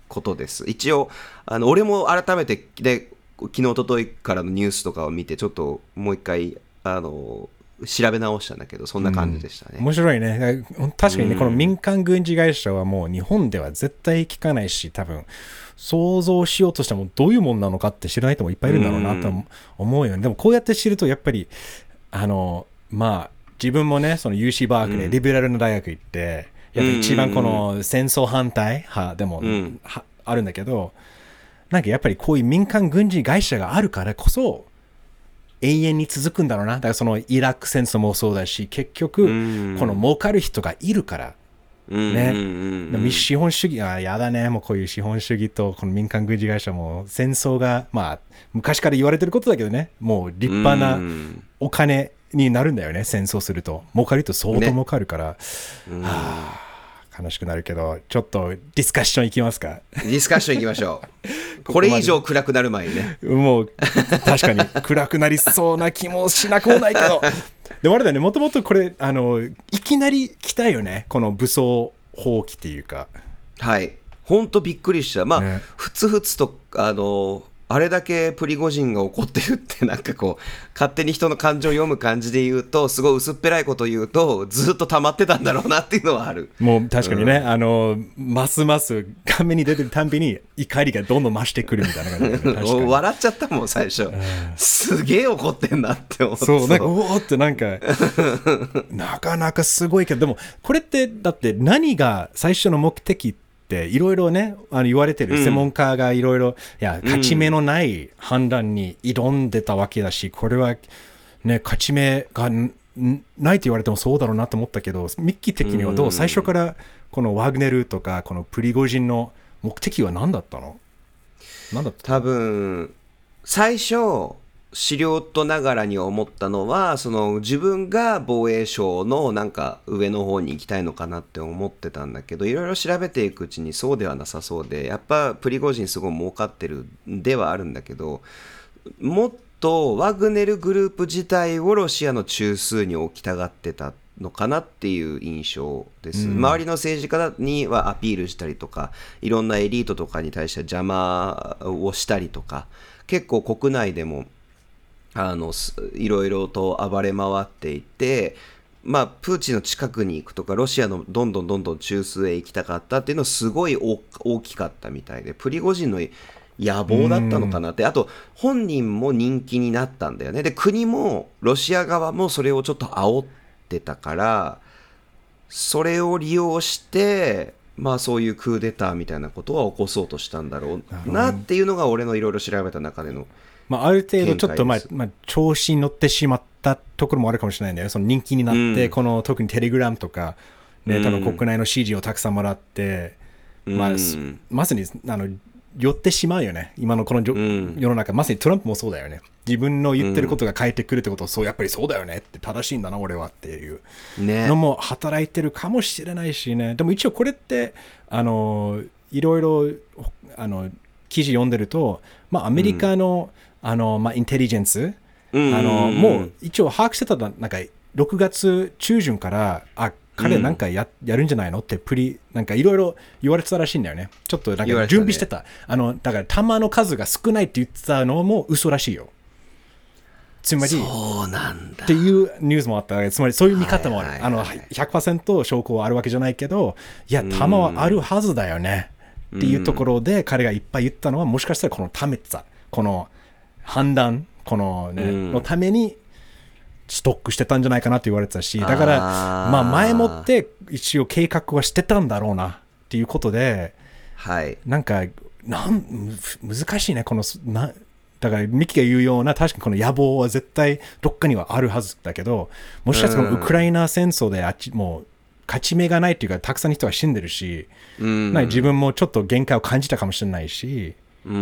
ことです。一応あの俺も改めてで昨日一昨日からのニュースとかを見てちょっともう一回あの調べ直したんだけど、そんな感じでしたね。 うん、面白いね。確かにね、うん、この民間軍事会社はもう日本では絶対聞かないし、多分想像しようとしてもどういうもんなのかって知らない人もいっぱいいるんだろうなと思うよね。でもこうやって知るとやっぱりあのまあ自分もねその ユーシー バークでリベラルの大学行って、うん、やっぱ一番この戦争反対派でも、うん、あるんだけど、なんかやっぱりこういう民間軍事会社があるからこそ永遠に続くんだろうな。だからそのイラク戦争もそうだし、結局この儲かる人がいるからね。でも資本主義はやだね。もうこういう資本主義とこの民間軍事会社も戦争がまあ昔から言われてることだけどね、もう立派なお金になるんだよね。戦争すると儲かると相当儲かるから、ね、はあ、悲しくなるけど、ちょっとディスカッションいきますか。 ディスカッションいきましょう。これ以上暗くなる前にね。 もう確かに暗くなりそうな気もしなくもないけど。でもあれだね、もともとこれあのいきなり来たよね、この武装蜂起っていうか。 はい。本当びっくりした。まあ、ね、ふつふつとあのあれだけプリゴジンが怒ってるってなんかこう勝手に人の感情を読む感じで言うと、すごい薄っぺらいこと言うとずっと溜まってたんだろうなっていうのはある。 もう確かにね、うん、あのますます画面に出てるたんびに怒りがどんどん増してくるみたいな感じで、ね、 笑っちゃったもん最初、うん、すげえ怒ってんなって思って。 そうなんかうおーってなんかなかなかすごいけど、でもこれってだって何が最初の目的ってっていろいろねあの言われてる専門家がいろいろ勝ち目のない判断に挑んでたわけだし、これはね勝ち目がないと言われてもそうだろうなと思ったけど、ミッキー的にはどう、最初からこのワグネルとかこのプリゴジンの目的は何だったの？何だった？ 多分最初素人ながらに思ったのは、その自分が防衛省のなんか上の方に行きたいのかなって思ってたんだけど、いろいろ調べていくうちにそうではなさそうで、やっぱプリゴジンすごい儲かってるんではあるんだけど、もっとワグネルグループ自体をロシアの中枢に置きたがってたのかなっていう印象です、うん、周りの政治家にはアピールしたりとか、いろんなエリートとかに対して邪魔をしたりとか、結構国内でもあのいろいろと暴れ回っていて、まあ、プーチンの近くに行くとかロシアのどんどんどんどん中枢へ行きたかったっていうのはすごい大きかったみたいで、プリゴジンの野望だったのかなって。あと本人も人気になったんだよね。で国もロシア側もそれをちょっと煽ってたから、それを利用してまあそういうクーデターみたいなことは起こそうとしたんだろうなっていうのが俺のいろいろ調べた中での、 まあ、ある程度ちょっと、まあまあ、調子に乗ってしまったところもあるかもしれないんだよ。その人気になって、うん、この特にテレグラムとか、ね、多分国内の支持をたくさんもらって、うんまあ、まさにあの寄ってしまうよね今のこの、うん、世の中。まさにトランプもそうだよね。自分の言ってることが変えてくるってことを、そうやっぱりそうだよねって正しいんだな俺はっていうのも働いてるかもしれないしね。でも一応これってあのいろいろあの記事読んでると、まあ、アメリカの、うんあのまあ、インテリジェンス、うんうんうん、あのもう一応把握してた。なんかろくがつ中旬からあ彼なんか や,、うん、やるんじゃないのってプリなんかいろいろ言われてたらしいんだよね。ちょっとなんか準備してた、ね、あのだから弾の数が少ないって言ってたのも嘘らしいよ。つまりそうなんだっていうニュースもあった。つまりそういう見方もある、はいはいはい、あの ひゃくパーセント 証拠はあるわけじゃないけど、いや弾はあるはずだよねっていうところで彼がいっぱい言ったのは、もしかしたらこのためてたこの判断この、ねうん、のためにストックしてたんじゃないかなって言われてたし、だからまあ前もって一応計画はしてたんだろうなっていうことで、 はい、 なんかなん難しいねこのな。だからミキが言うような確かにこの野望は絶対どっかにはあるはずだけど、もしかしたらウクライナ戦争であっちもう勝ち目がないっていうか、たくさんの人が死んでるし、うん、自分もちょっと限界を感じたかもしれないし、うん、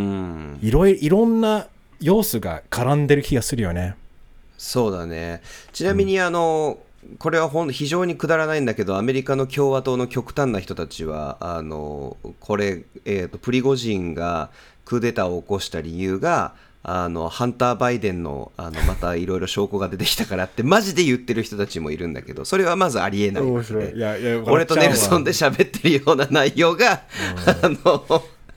いろいろいろんな要素が絡んでる気がするよね。 そうだね。ちなみにあの、うん、これはほん非常にくだらないんだけど、アメリカの共和党の極端な人たちはあのこれ、えーと、プリゴジンがクーデターを起こした理由があのハンター・バイデン の, あのまたいろいろ証拠が出てきたからってマジで言ってる人たちもいるんだけど、それはまずありえないので、いやいや俺とネルソンで喋ってるような内容があの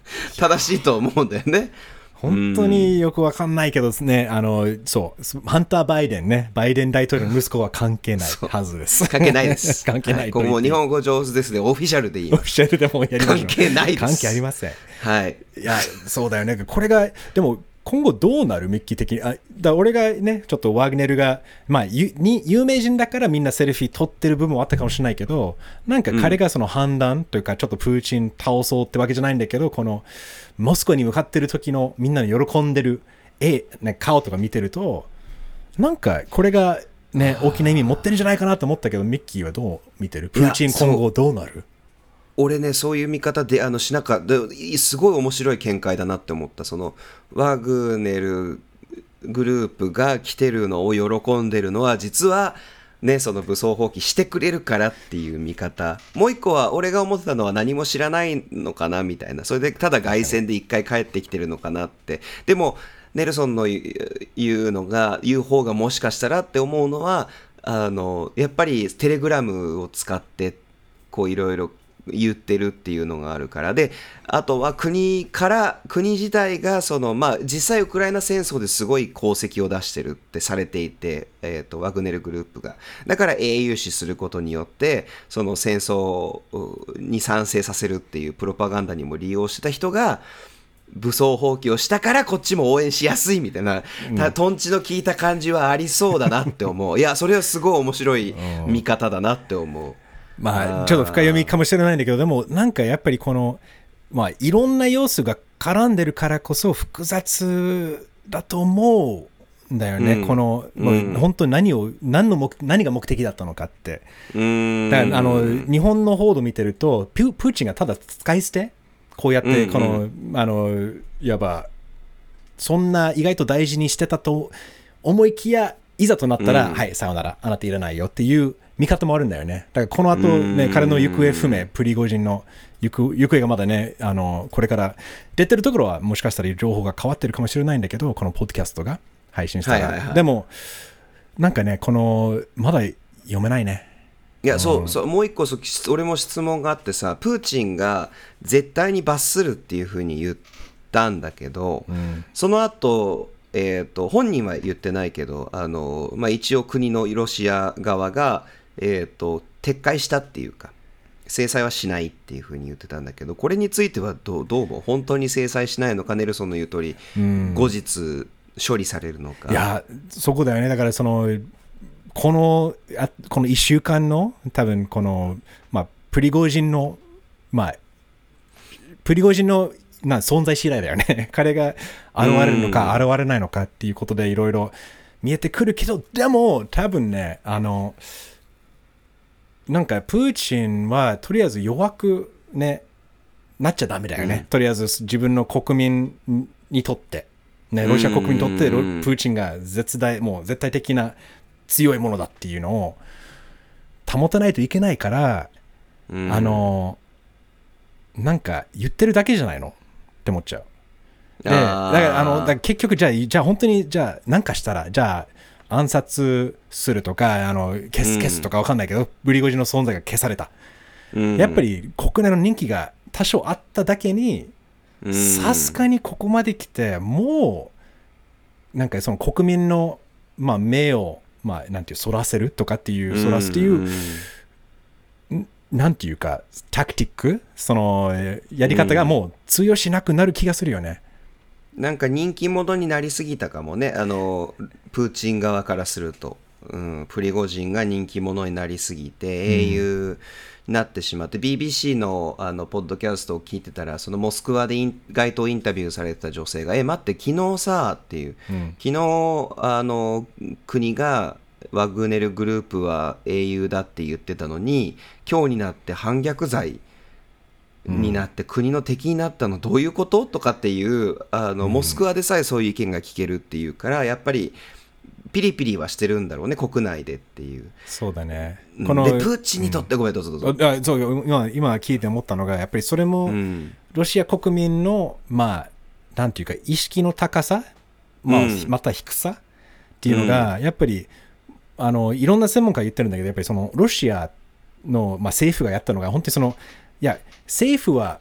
正しいと思うんだよね。 本当によくわかんないけどですね、あの、そう、ハンター・バイデンね、バイデン大統領の息子は関係ないはずです。 関係ないです。 関係ない、はい。 ここも日本語上手ですね、オフィシャルで言います。 オフィシャルでもやりましょう。 関係ないです。 関係ありません。 はい。 いや、そうだよね。これが、でも、今後どうなるミッキー的に。あだ俺がね、ちょっとワグネルが、まあ、ゆに有名人だからみんなセルフィー撮ってる部分はあったかもしれないけど、なんか彼がその判断というか、ちょっとプーチン倒そうってわけじゃないんだけど、このモスクワに向かってる時のみんなの喜んでる絵、ね、顔とか見てると、なんかこれがね、大きな意味持ってるんじゃないかなと思ったけど、ミッキーはどう見てる？プーチン今後どうなる？ 俺ね、そういう見方であのしなかったすごい面白い見解だなって思った。そのワグネルグループが来てるのを喜んでるのは実はね、その武装蜂起してくれるからっていう見方。もう一個は俺が思ってたのは何も知らないのかなみたいな。それでただ凱旋で一回帰ってきてるのかなって。でもネルソンの言うのが言う方がもしかしたらって思うのは、あのやっぱりテレグラムを使ってこういろいろ言ってるっていうのがあるからで、あとは国から国自体がその、まあ、実際ウクライナ戦争ですごい功績を出してるってされていて、えーと、ワグネルグループがだから英雄視することによってその戦争に賛成させるっていうプロパガンダにも利用してた人が武装蜂起をしたからこっちも応援しやすいみたいな、うん、トンチの効いた感じはありそうだなって思う。いやそれはすごい面白い見方だなって思う。 まあ、ちょっと深読みかもしれないんだけど、でもなんかやっぱりこの、まあ、いろんな要素が絡んでるからこそ複雑だと思うんだよね、うん、この、うん、本当に何を何の目何が目的だったのかって。うんだからあの日本の報道見てるとプーチンがただ使い捨てこうやってこの、うんうん、あのいわばそんな意外と大事にしてたと思いきやいざとなったら、うん、はいさよならあなたいらないよっていう見方もあるんだよね。だからこの後ね、彼の行方不明、プリゴジンの行方、行方がまだね、あの、これから出てるところはもしかしたら情報が変わってるかもしれないんだけど、このポッドキャストが配信したら。はいはいはい、でも、なんかね、この、まだ読めないね。 いや、そう、そう、もう一個、俺も質問があってさ、プーチンが絶対に罰するっていうふうに言ったんだけど、うん、その後、えーと、本人は言ってないけど、あの、まあ、一応国のロシア側が、えーと、撤回したっていうか制裁はしないっていうふうに言ってたんだけど、これについてはどう、どうも本当に制裁しないのか、ネルソンの言う通り、うん、後日処理されるのか。 いやそこだよね。だからそのこのあこのいっしゅうかんの多分この、まあ、プリゴジンのまあプリゴジンのな存在次第だよね。彼が現れるのか現れないのかっていうことでいろいろ見えてくるけど、でも多分ね、あのなんかプーチンはとりあえず弱くねなっちゃダメだよね、うん、とりあえず自分の国民にとって、ね、ロシア国民にとってプーチンが絶大もう絶対的な強いものだっていうのを保たないといけないから、うん、あのなんか言ってるだけじゃないのって思っちゃう。でだからあのだから結局じゃあじゃあ本当にじゃあ何かしたらじゃあ暗殺するとかあの消す消すとか分かんないけど、うん、プリゴジンの存在が消された、うん、やっぱり国内の人気が多少あっただけにさすがにここまで来てもうなんかその国民の、まあ、目を、まあ、なんていうそらせるとかっていうそらすっていう、うん、なんていうかタクティックそのやり方がもう通用しなくなる気がするよね。 なんか人気者になりすぎたかもね、あのプーチン側からすると、うん、プリゴジンが人気者になりすぎて英雄になってしまって、うん、ビービーシー の, あのポッドキャストを聞いてたらそのモスクワでイン街頭インタビューされてた女性がえ待って昨日さっていう、うん、昨日あの国がワグネルグループは英雄だって言ってたのに今日になって反逆罪になって国の敵になったのどういうこととかっていうあのモスクワでさえそういう意見が聞けるっていうからやっぱりピリピリはしてるんだろうね国内でっていう。 そうだね。 このでプーチンにとって、うん、ごめんどうぞどうぞ。 あそう今今聞いて思ったのがやっぱりそれもロシア国民のまあなんていうか意識の高さ、まあ、うん、また低さっていうのがやっぱりあのいろんな専門家が言ってるんだけどやっぱりそのロシアの、まあ、政府がやったのが本当にそのいや政府は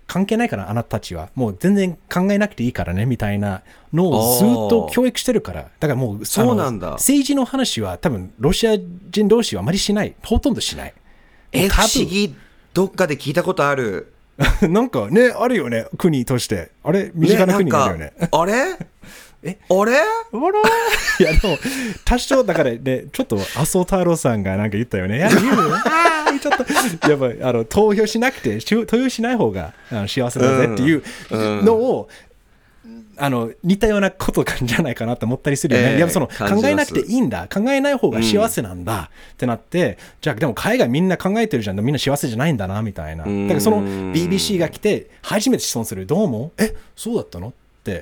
関係ないからあなたたちはもう全然考えなくていいからねみたいなのをずっと教育してるから、だからもうそうなんだ。 政治の話は多分ロシア人同士はあまりしない、ほとんどしない。 え不思議、どっかで聞いたことある。 なんかねあるよね、国としてあれ身近な国あるよね。 ねあれえあれあらいやでも多少だからね、ちょっと麻生太郎さんがなんか言ったよね。いや言うあちょっとやっぱあの投票しなくて投票しない方があの幸せだぜっていうのを、うんうん、あの似たようなことじゃないかなと思ったりするよね。えー、いやその考えなくていいんだ、考えない方が幸せなんだ、うん、ってなって、じゃあでも海外みんな考えてるじゃん、みんな幸せじゃないんだなみたいな。だからその ビービーシー が来て初めて質問する、どうもえそうだったのって、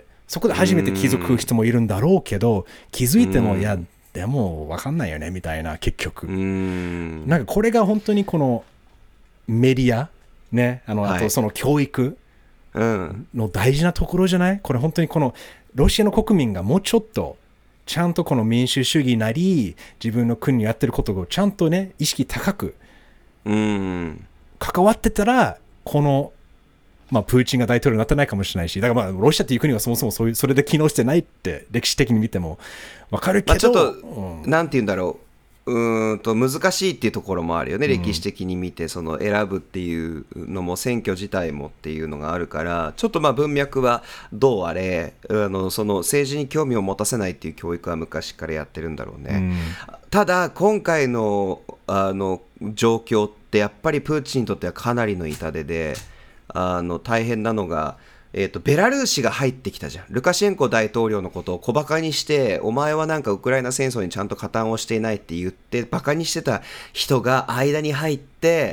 そこで初めて気づく人もいるんだろうけど、気づいてもいやでも分かんないよねみたいな、結局なんかこれが本当にこのメディアね、あのあとその教育の大事なところじゃない？これ本当にこのロシアの国民がもうちょっとちゃんとこの民主主義なり自分の国にやってることをちゃんとね意識高く関わってたら、このまあ、プーチンが大統領になってないかもしれないし、だからまあロシアっていう国はそもそもそういうそれで機能してないって歴史的に見ても分かるけど、まあ、 ちょっと、うん、なんて言うんだろう、うーんと難しいっていうところもあるよね、うん、歴史的に見てその選ぶっていうのも選挙自体もっていうのがあるから、ちょっとまあ文脈はどうあれあのその政治に興味を持たせないっていう教育は昔からやってるんだろうね、うん、ただ今回のあの状況ってやっぱりプーチンにとってはかなりの痛手で、あの大変なのが、えーと、ベラルーシが入ってきたじゃん。ルカシェンコ大統領のことを小バカにして、お前はなんかウクライナ戦争にちゃんと加担をしていないって言ってバカにしてた人が間に入って、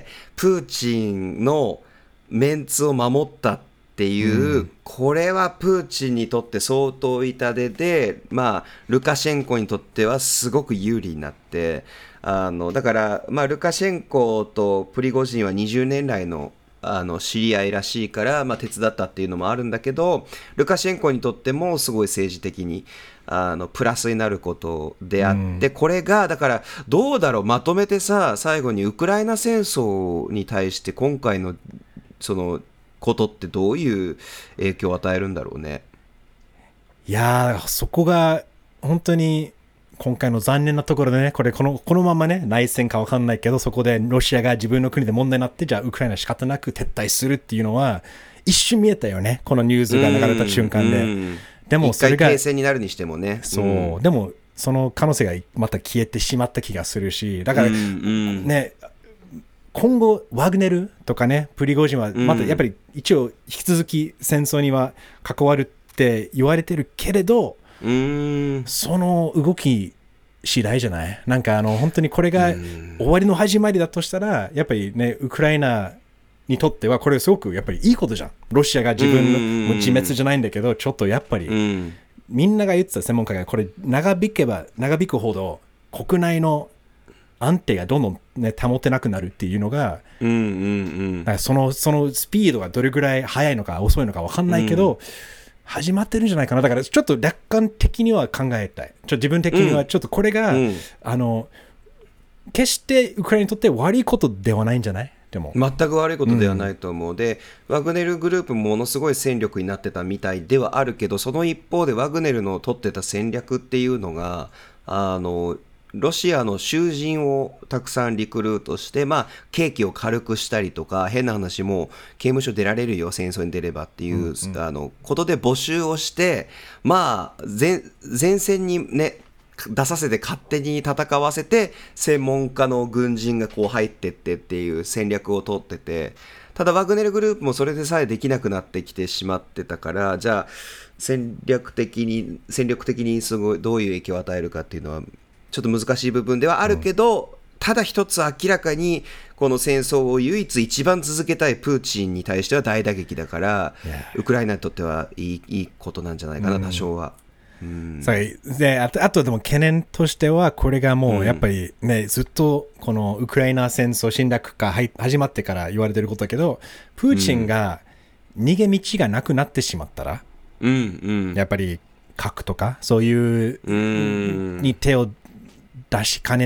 プーチンのメンツを守ったっていう、うん、これはプーチンにとって相当痛手で、まあルカシェンコにとってはすごく有利になって、あのだから、まあ、ルカシェンコとプリゴジンはにじゅうねん来のあの知り合いらしいから、まあ、手伝ったっていうのもあるんだけど、ルカシェンコにとってもすごい政治的にあのプラスになることであって、うん、これがだからどうだろう、まとめてさ、最後にウクライナ戦争に対して今回のそのことってどういう影響を与えるんだろうね。 いやー、そこが本当に今回の残念なところでね、これこの、このままね、内戦か分かんないけど、そこでロシアが自分の国で問題になって、じゃあウクライナ仕方なく撤退するっていうのは、一瞬見えたよね、このニュースが流れた瞬間で。でもそれが、 一回停戦になるにしてもね。 そう、うん、でもその可能性がまた消えてしまった気がするし、だから、うんうん、ね、今後、ワグネルとかね、プリゴジンは、またやっぱり一応、引き続き戦争には関わるって言われてるけれど、うーん、その動き次第じゃない？なんかあの本当にこれが終わりの始まりだとしたら、やっぱりね、ウクライナにとってはこれすごくやっぱりいいことじゃん。ロシアが自分のもう自滅じゃないんだけど、ちょっとやっぱりみんなが言ってた、専門家がこれ長引けば長引くほど国内の安定がどんどん、ね、保てなくなるっていうのが、うんうんうん、だからそのそのスピードがどれぐらい速いのか遅いのか分かんないけど、うん、始まってるんじゃないかな。だからちょっと楽観的には考えたい。ちょ自分的にはちょっとこれが、うん、あの決してウクライナにとって悪いことではないんじゃない？でも全く悪いことではないと思う、うん、でワグネルグループもものすごい戦力になってたみたいではあるけど、その一方でワグネルの取ってた戦略っていうのが、あのロシアの囚人をたくさんリクルートして、まあ、刑期を軽くしたりとか、変な話も刑務所出られるよ、戦争に出ればっていう、うんうん、あのことで募集をして、まあ、前, 前線に、ね、出させて勝手に戦わせて、専門家の軍人がこう入ってってっていう戦略を取ってて、ただワグネルグループもそれでさえできなくなってきてしまってたから、じゃあ戦略的に戦略的にすごいどういう影響を与えるかっていうのはちょっと難しい部分ではあるけど、うん、ただ一つ明らかにこの戦争を唯一一番続けたいプーチンに対しては大打撃だから、ウクライナにとってはいい、いいことなんじゃないかな、多少は。うん、 で あ, とあとでも懸念としては、これがもうやっぱりね、うん、ずっとこのウクライナ戦争侵略が始まってから言われてることだけど、プーチンが逃げ道がなくなってしまったら、うんうん、やっぱり核とかそういうに手を出しかねないっ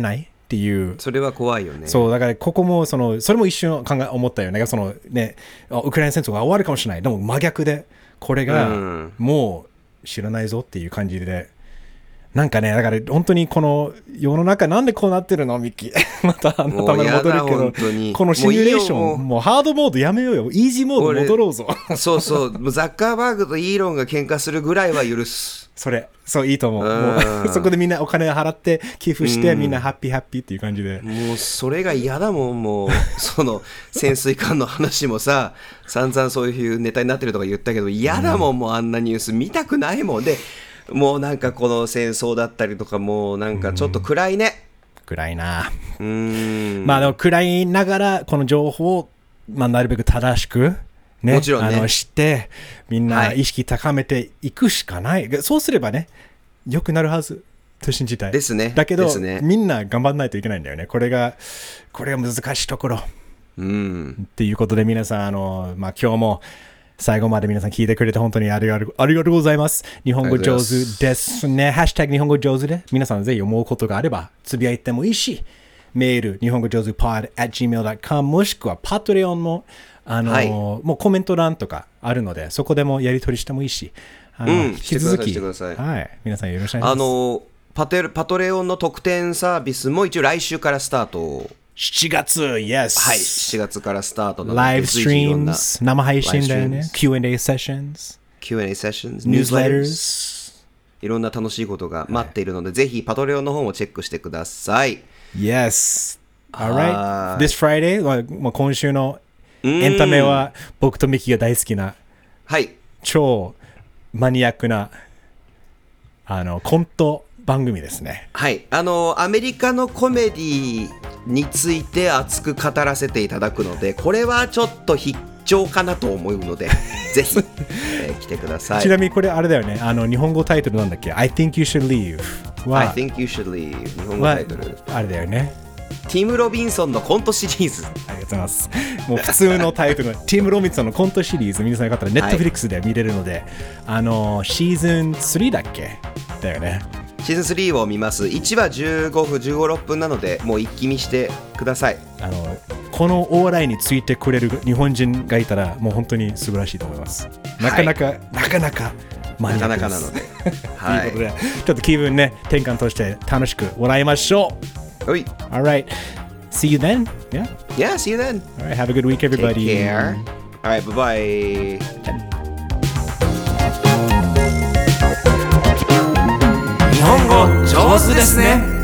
っていう。 それは怖いよね。 そうだからここもそのそれも一瞬考え思ったよね。そのねウクライナ戦争が終わるかもしれない。でも真逆でこれがもう知らないぞっていう感じで。なんかね、だから本当にこの世の中なんでこうなってるのミッキー。またあのたまに戻るけど、このシミュレーション、もう, もうハードモードやめようよ。イージーモード戻ろうぞ。そうそう、ザッカーバーグとイーロンが喧嘩するぐらいは許す。 それ、そういいと思う。もうそこでみんなお金払って寄付して、みんなハッピーハッピーっていう感じで。 もうそれが嫌だもん、もうその潜水艦の話もさ、散々そういうネタになってるとか言ったけど、嫌だもん、もうあんなニュース見たくないもんで。もうなんかこの戦争だったりとかもうなんかちょっと暗いね、 うん、暗いな。 うーん、 まあでも暗いながらこの情報を、まあ、なるべく正しく、ね、 もちろんね、 あの知ってみんな意識高めていくしかない、はい、そうすればね良くなるはずと信じたいですね。 だけどですね、 みんな頑張らないといけないんだよね。これがこれが難しいところ、 うん、 っていうことで皆さんあの、まあ、今日も最後まで皆さん聞いてくれて本当にありがとう、ありがとうございます。日本語上手ですね。ハッシュタグ日本語上手で皆さんぜひ思うことがあればつぶやいてもいいし、メール日本語上手 ポッド アット ジーメール ドット コム もしくはパトレオンもあの、はい、もうコメント欄とかあるのでそこでもやり取りしてもいいし、あの、うん、引き続きはい、皆さんよろしくお願いします。 あのパテパトレオンの特典サービスも一応来週からスタート。 しちがつ、Yes。 はい、しちがつからスタートのライブストリーム、生配信だよね。キューアンドエー セッションズ。 キューアンドエー セッションズ。 ニュースレターズ。 いろんな楽しいことが待っているので、はい、ぜひパトレオンの方もチェックしてください。 Yes。Alright。This Friday、まあ、今週のエンタメは僕とミキが大好きな、 はい、 超マニアックなあのコント番組ですね。 はい、あのアメリカのコメディについて熱く語らせていただくので、これはちょっと必聴かなと思うのでぜひ、えー、来てください。 ちなみにこれあれだよね、あの日本語タイトルなんだっけ？ I think you should leave は I think you should leave 日本語タイトルあれだよね。 ティム・ロビンソンのコントシリーズ。 ありがとうございます。もう普通のタイトルのティム・ロビンソンのコントシリーズ、皆さんよかったらネットフリックスで見れるので、はい、あのシーズンスリーだっけだよね。 シーズンスリーを見ます。いちわじゅうごふんじゅうご、ろっぷんなのでもう一気見してください。 あのこのお笑いについてくれる日本人がいたらもう本当に素晴らしいと思います。なかなか、はい、なかなかマニアックです。なかなかなのではい、ということでちょっと気分ね転換として楽しく笑いましょう。 はい。 Alright, see you then. Yeah? Yeah, see you then. Alright, have a good week everybody. Take care. Alright, bye bye. 日本語上手ですね。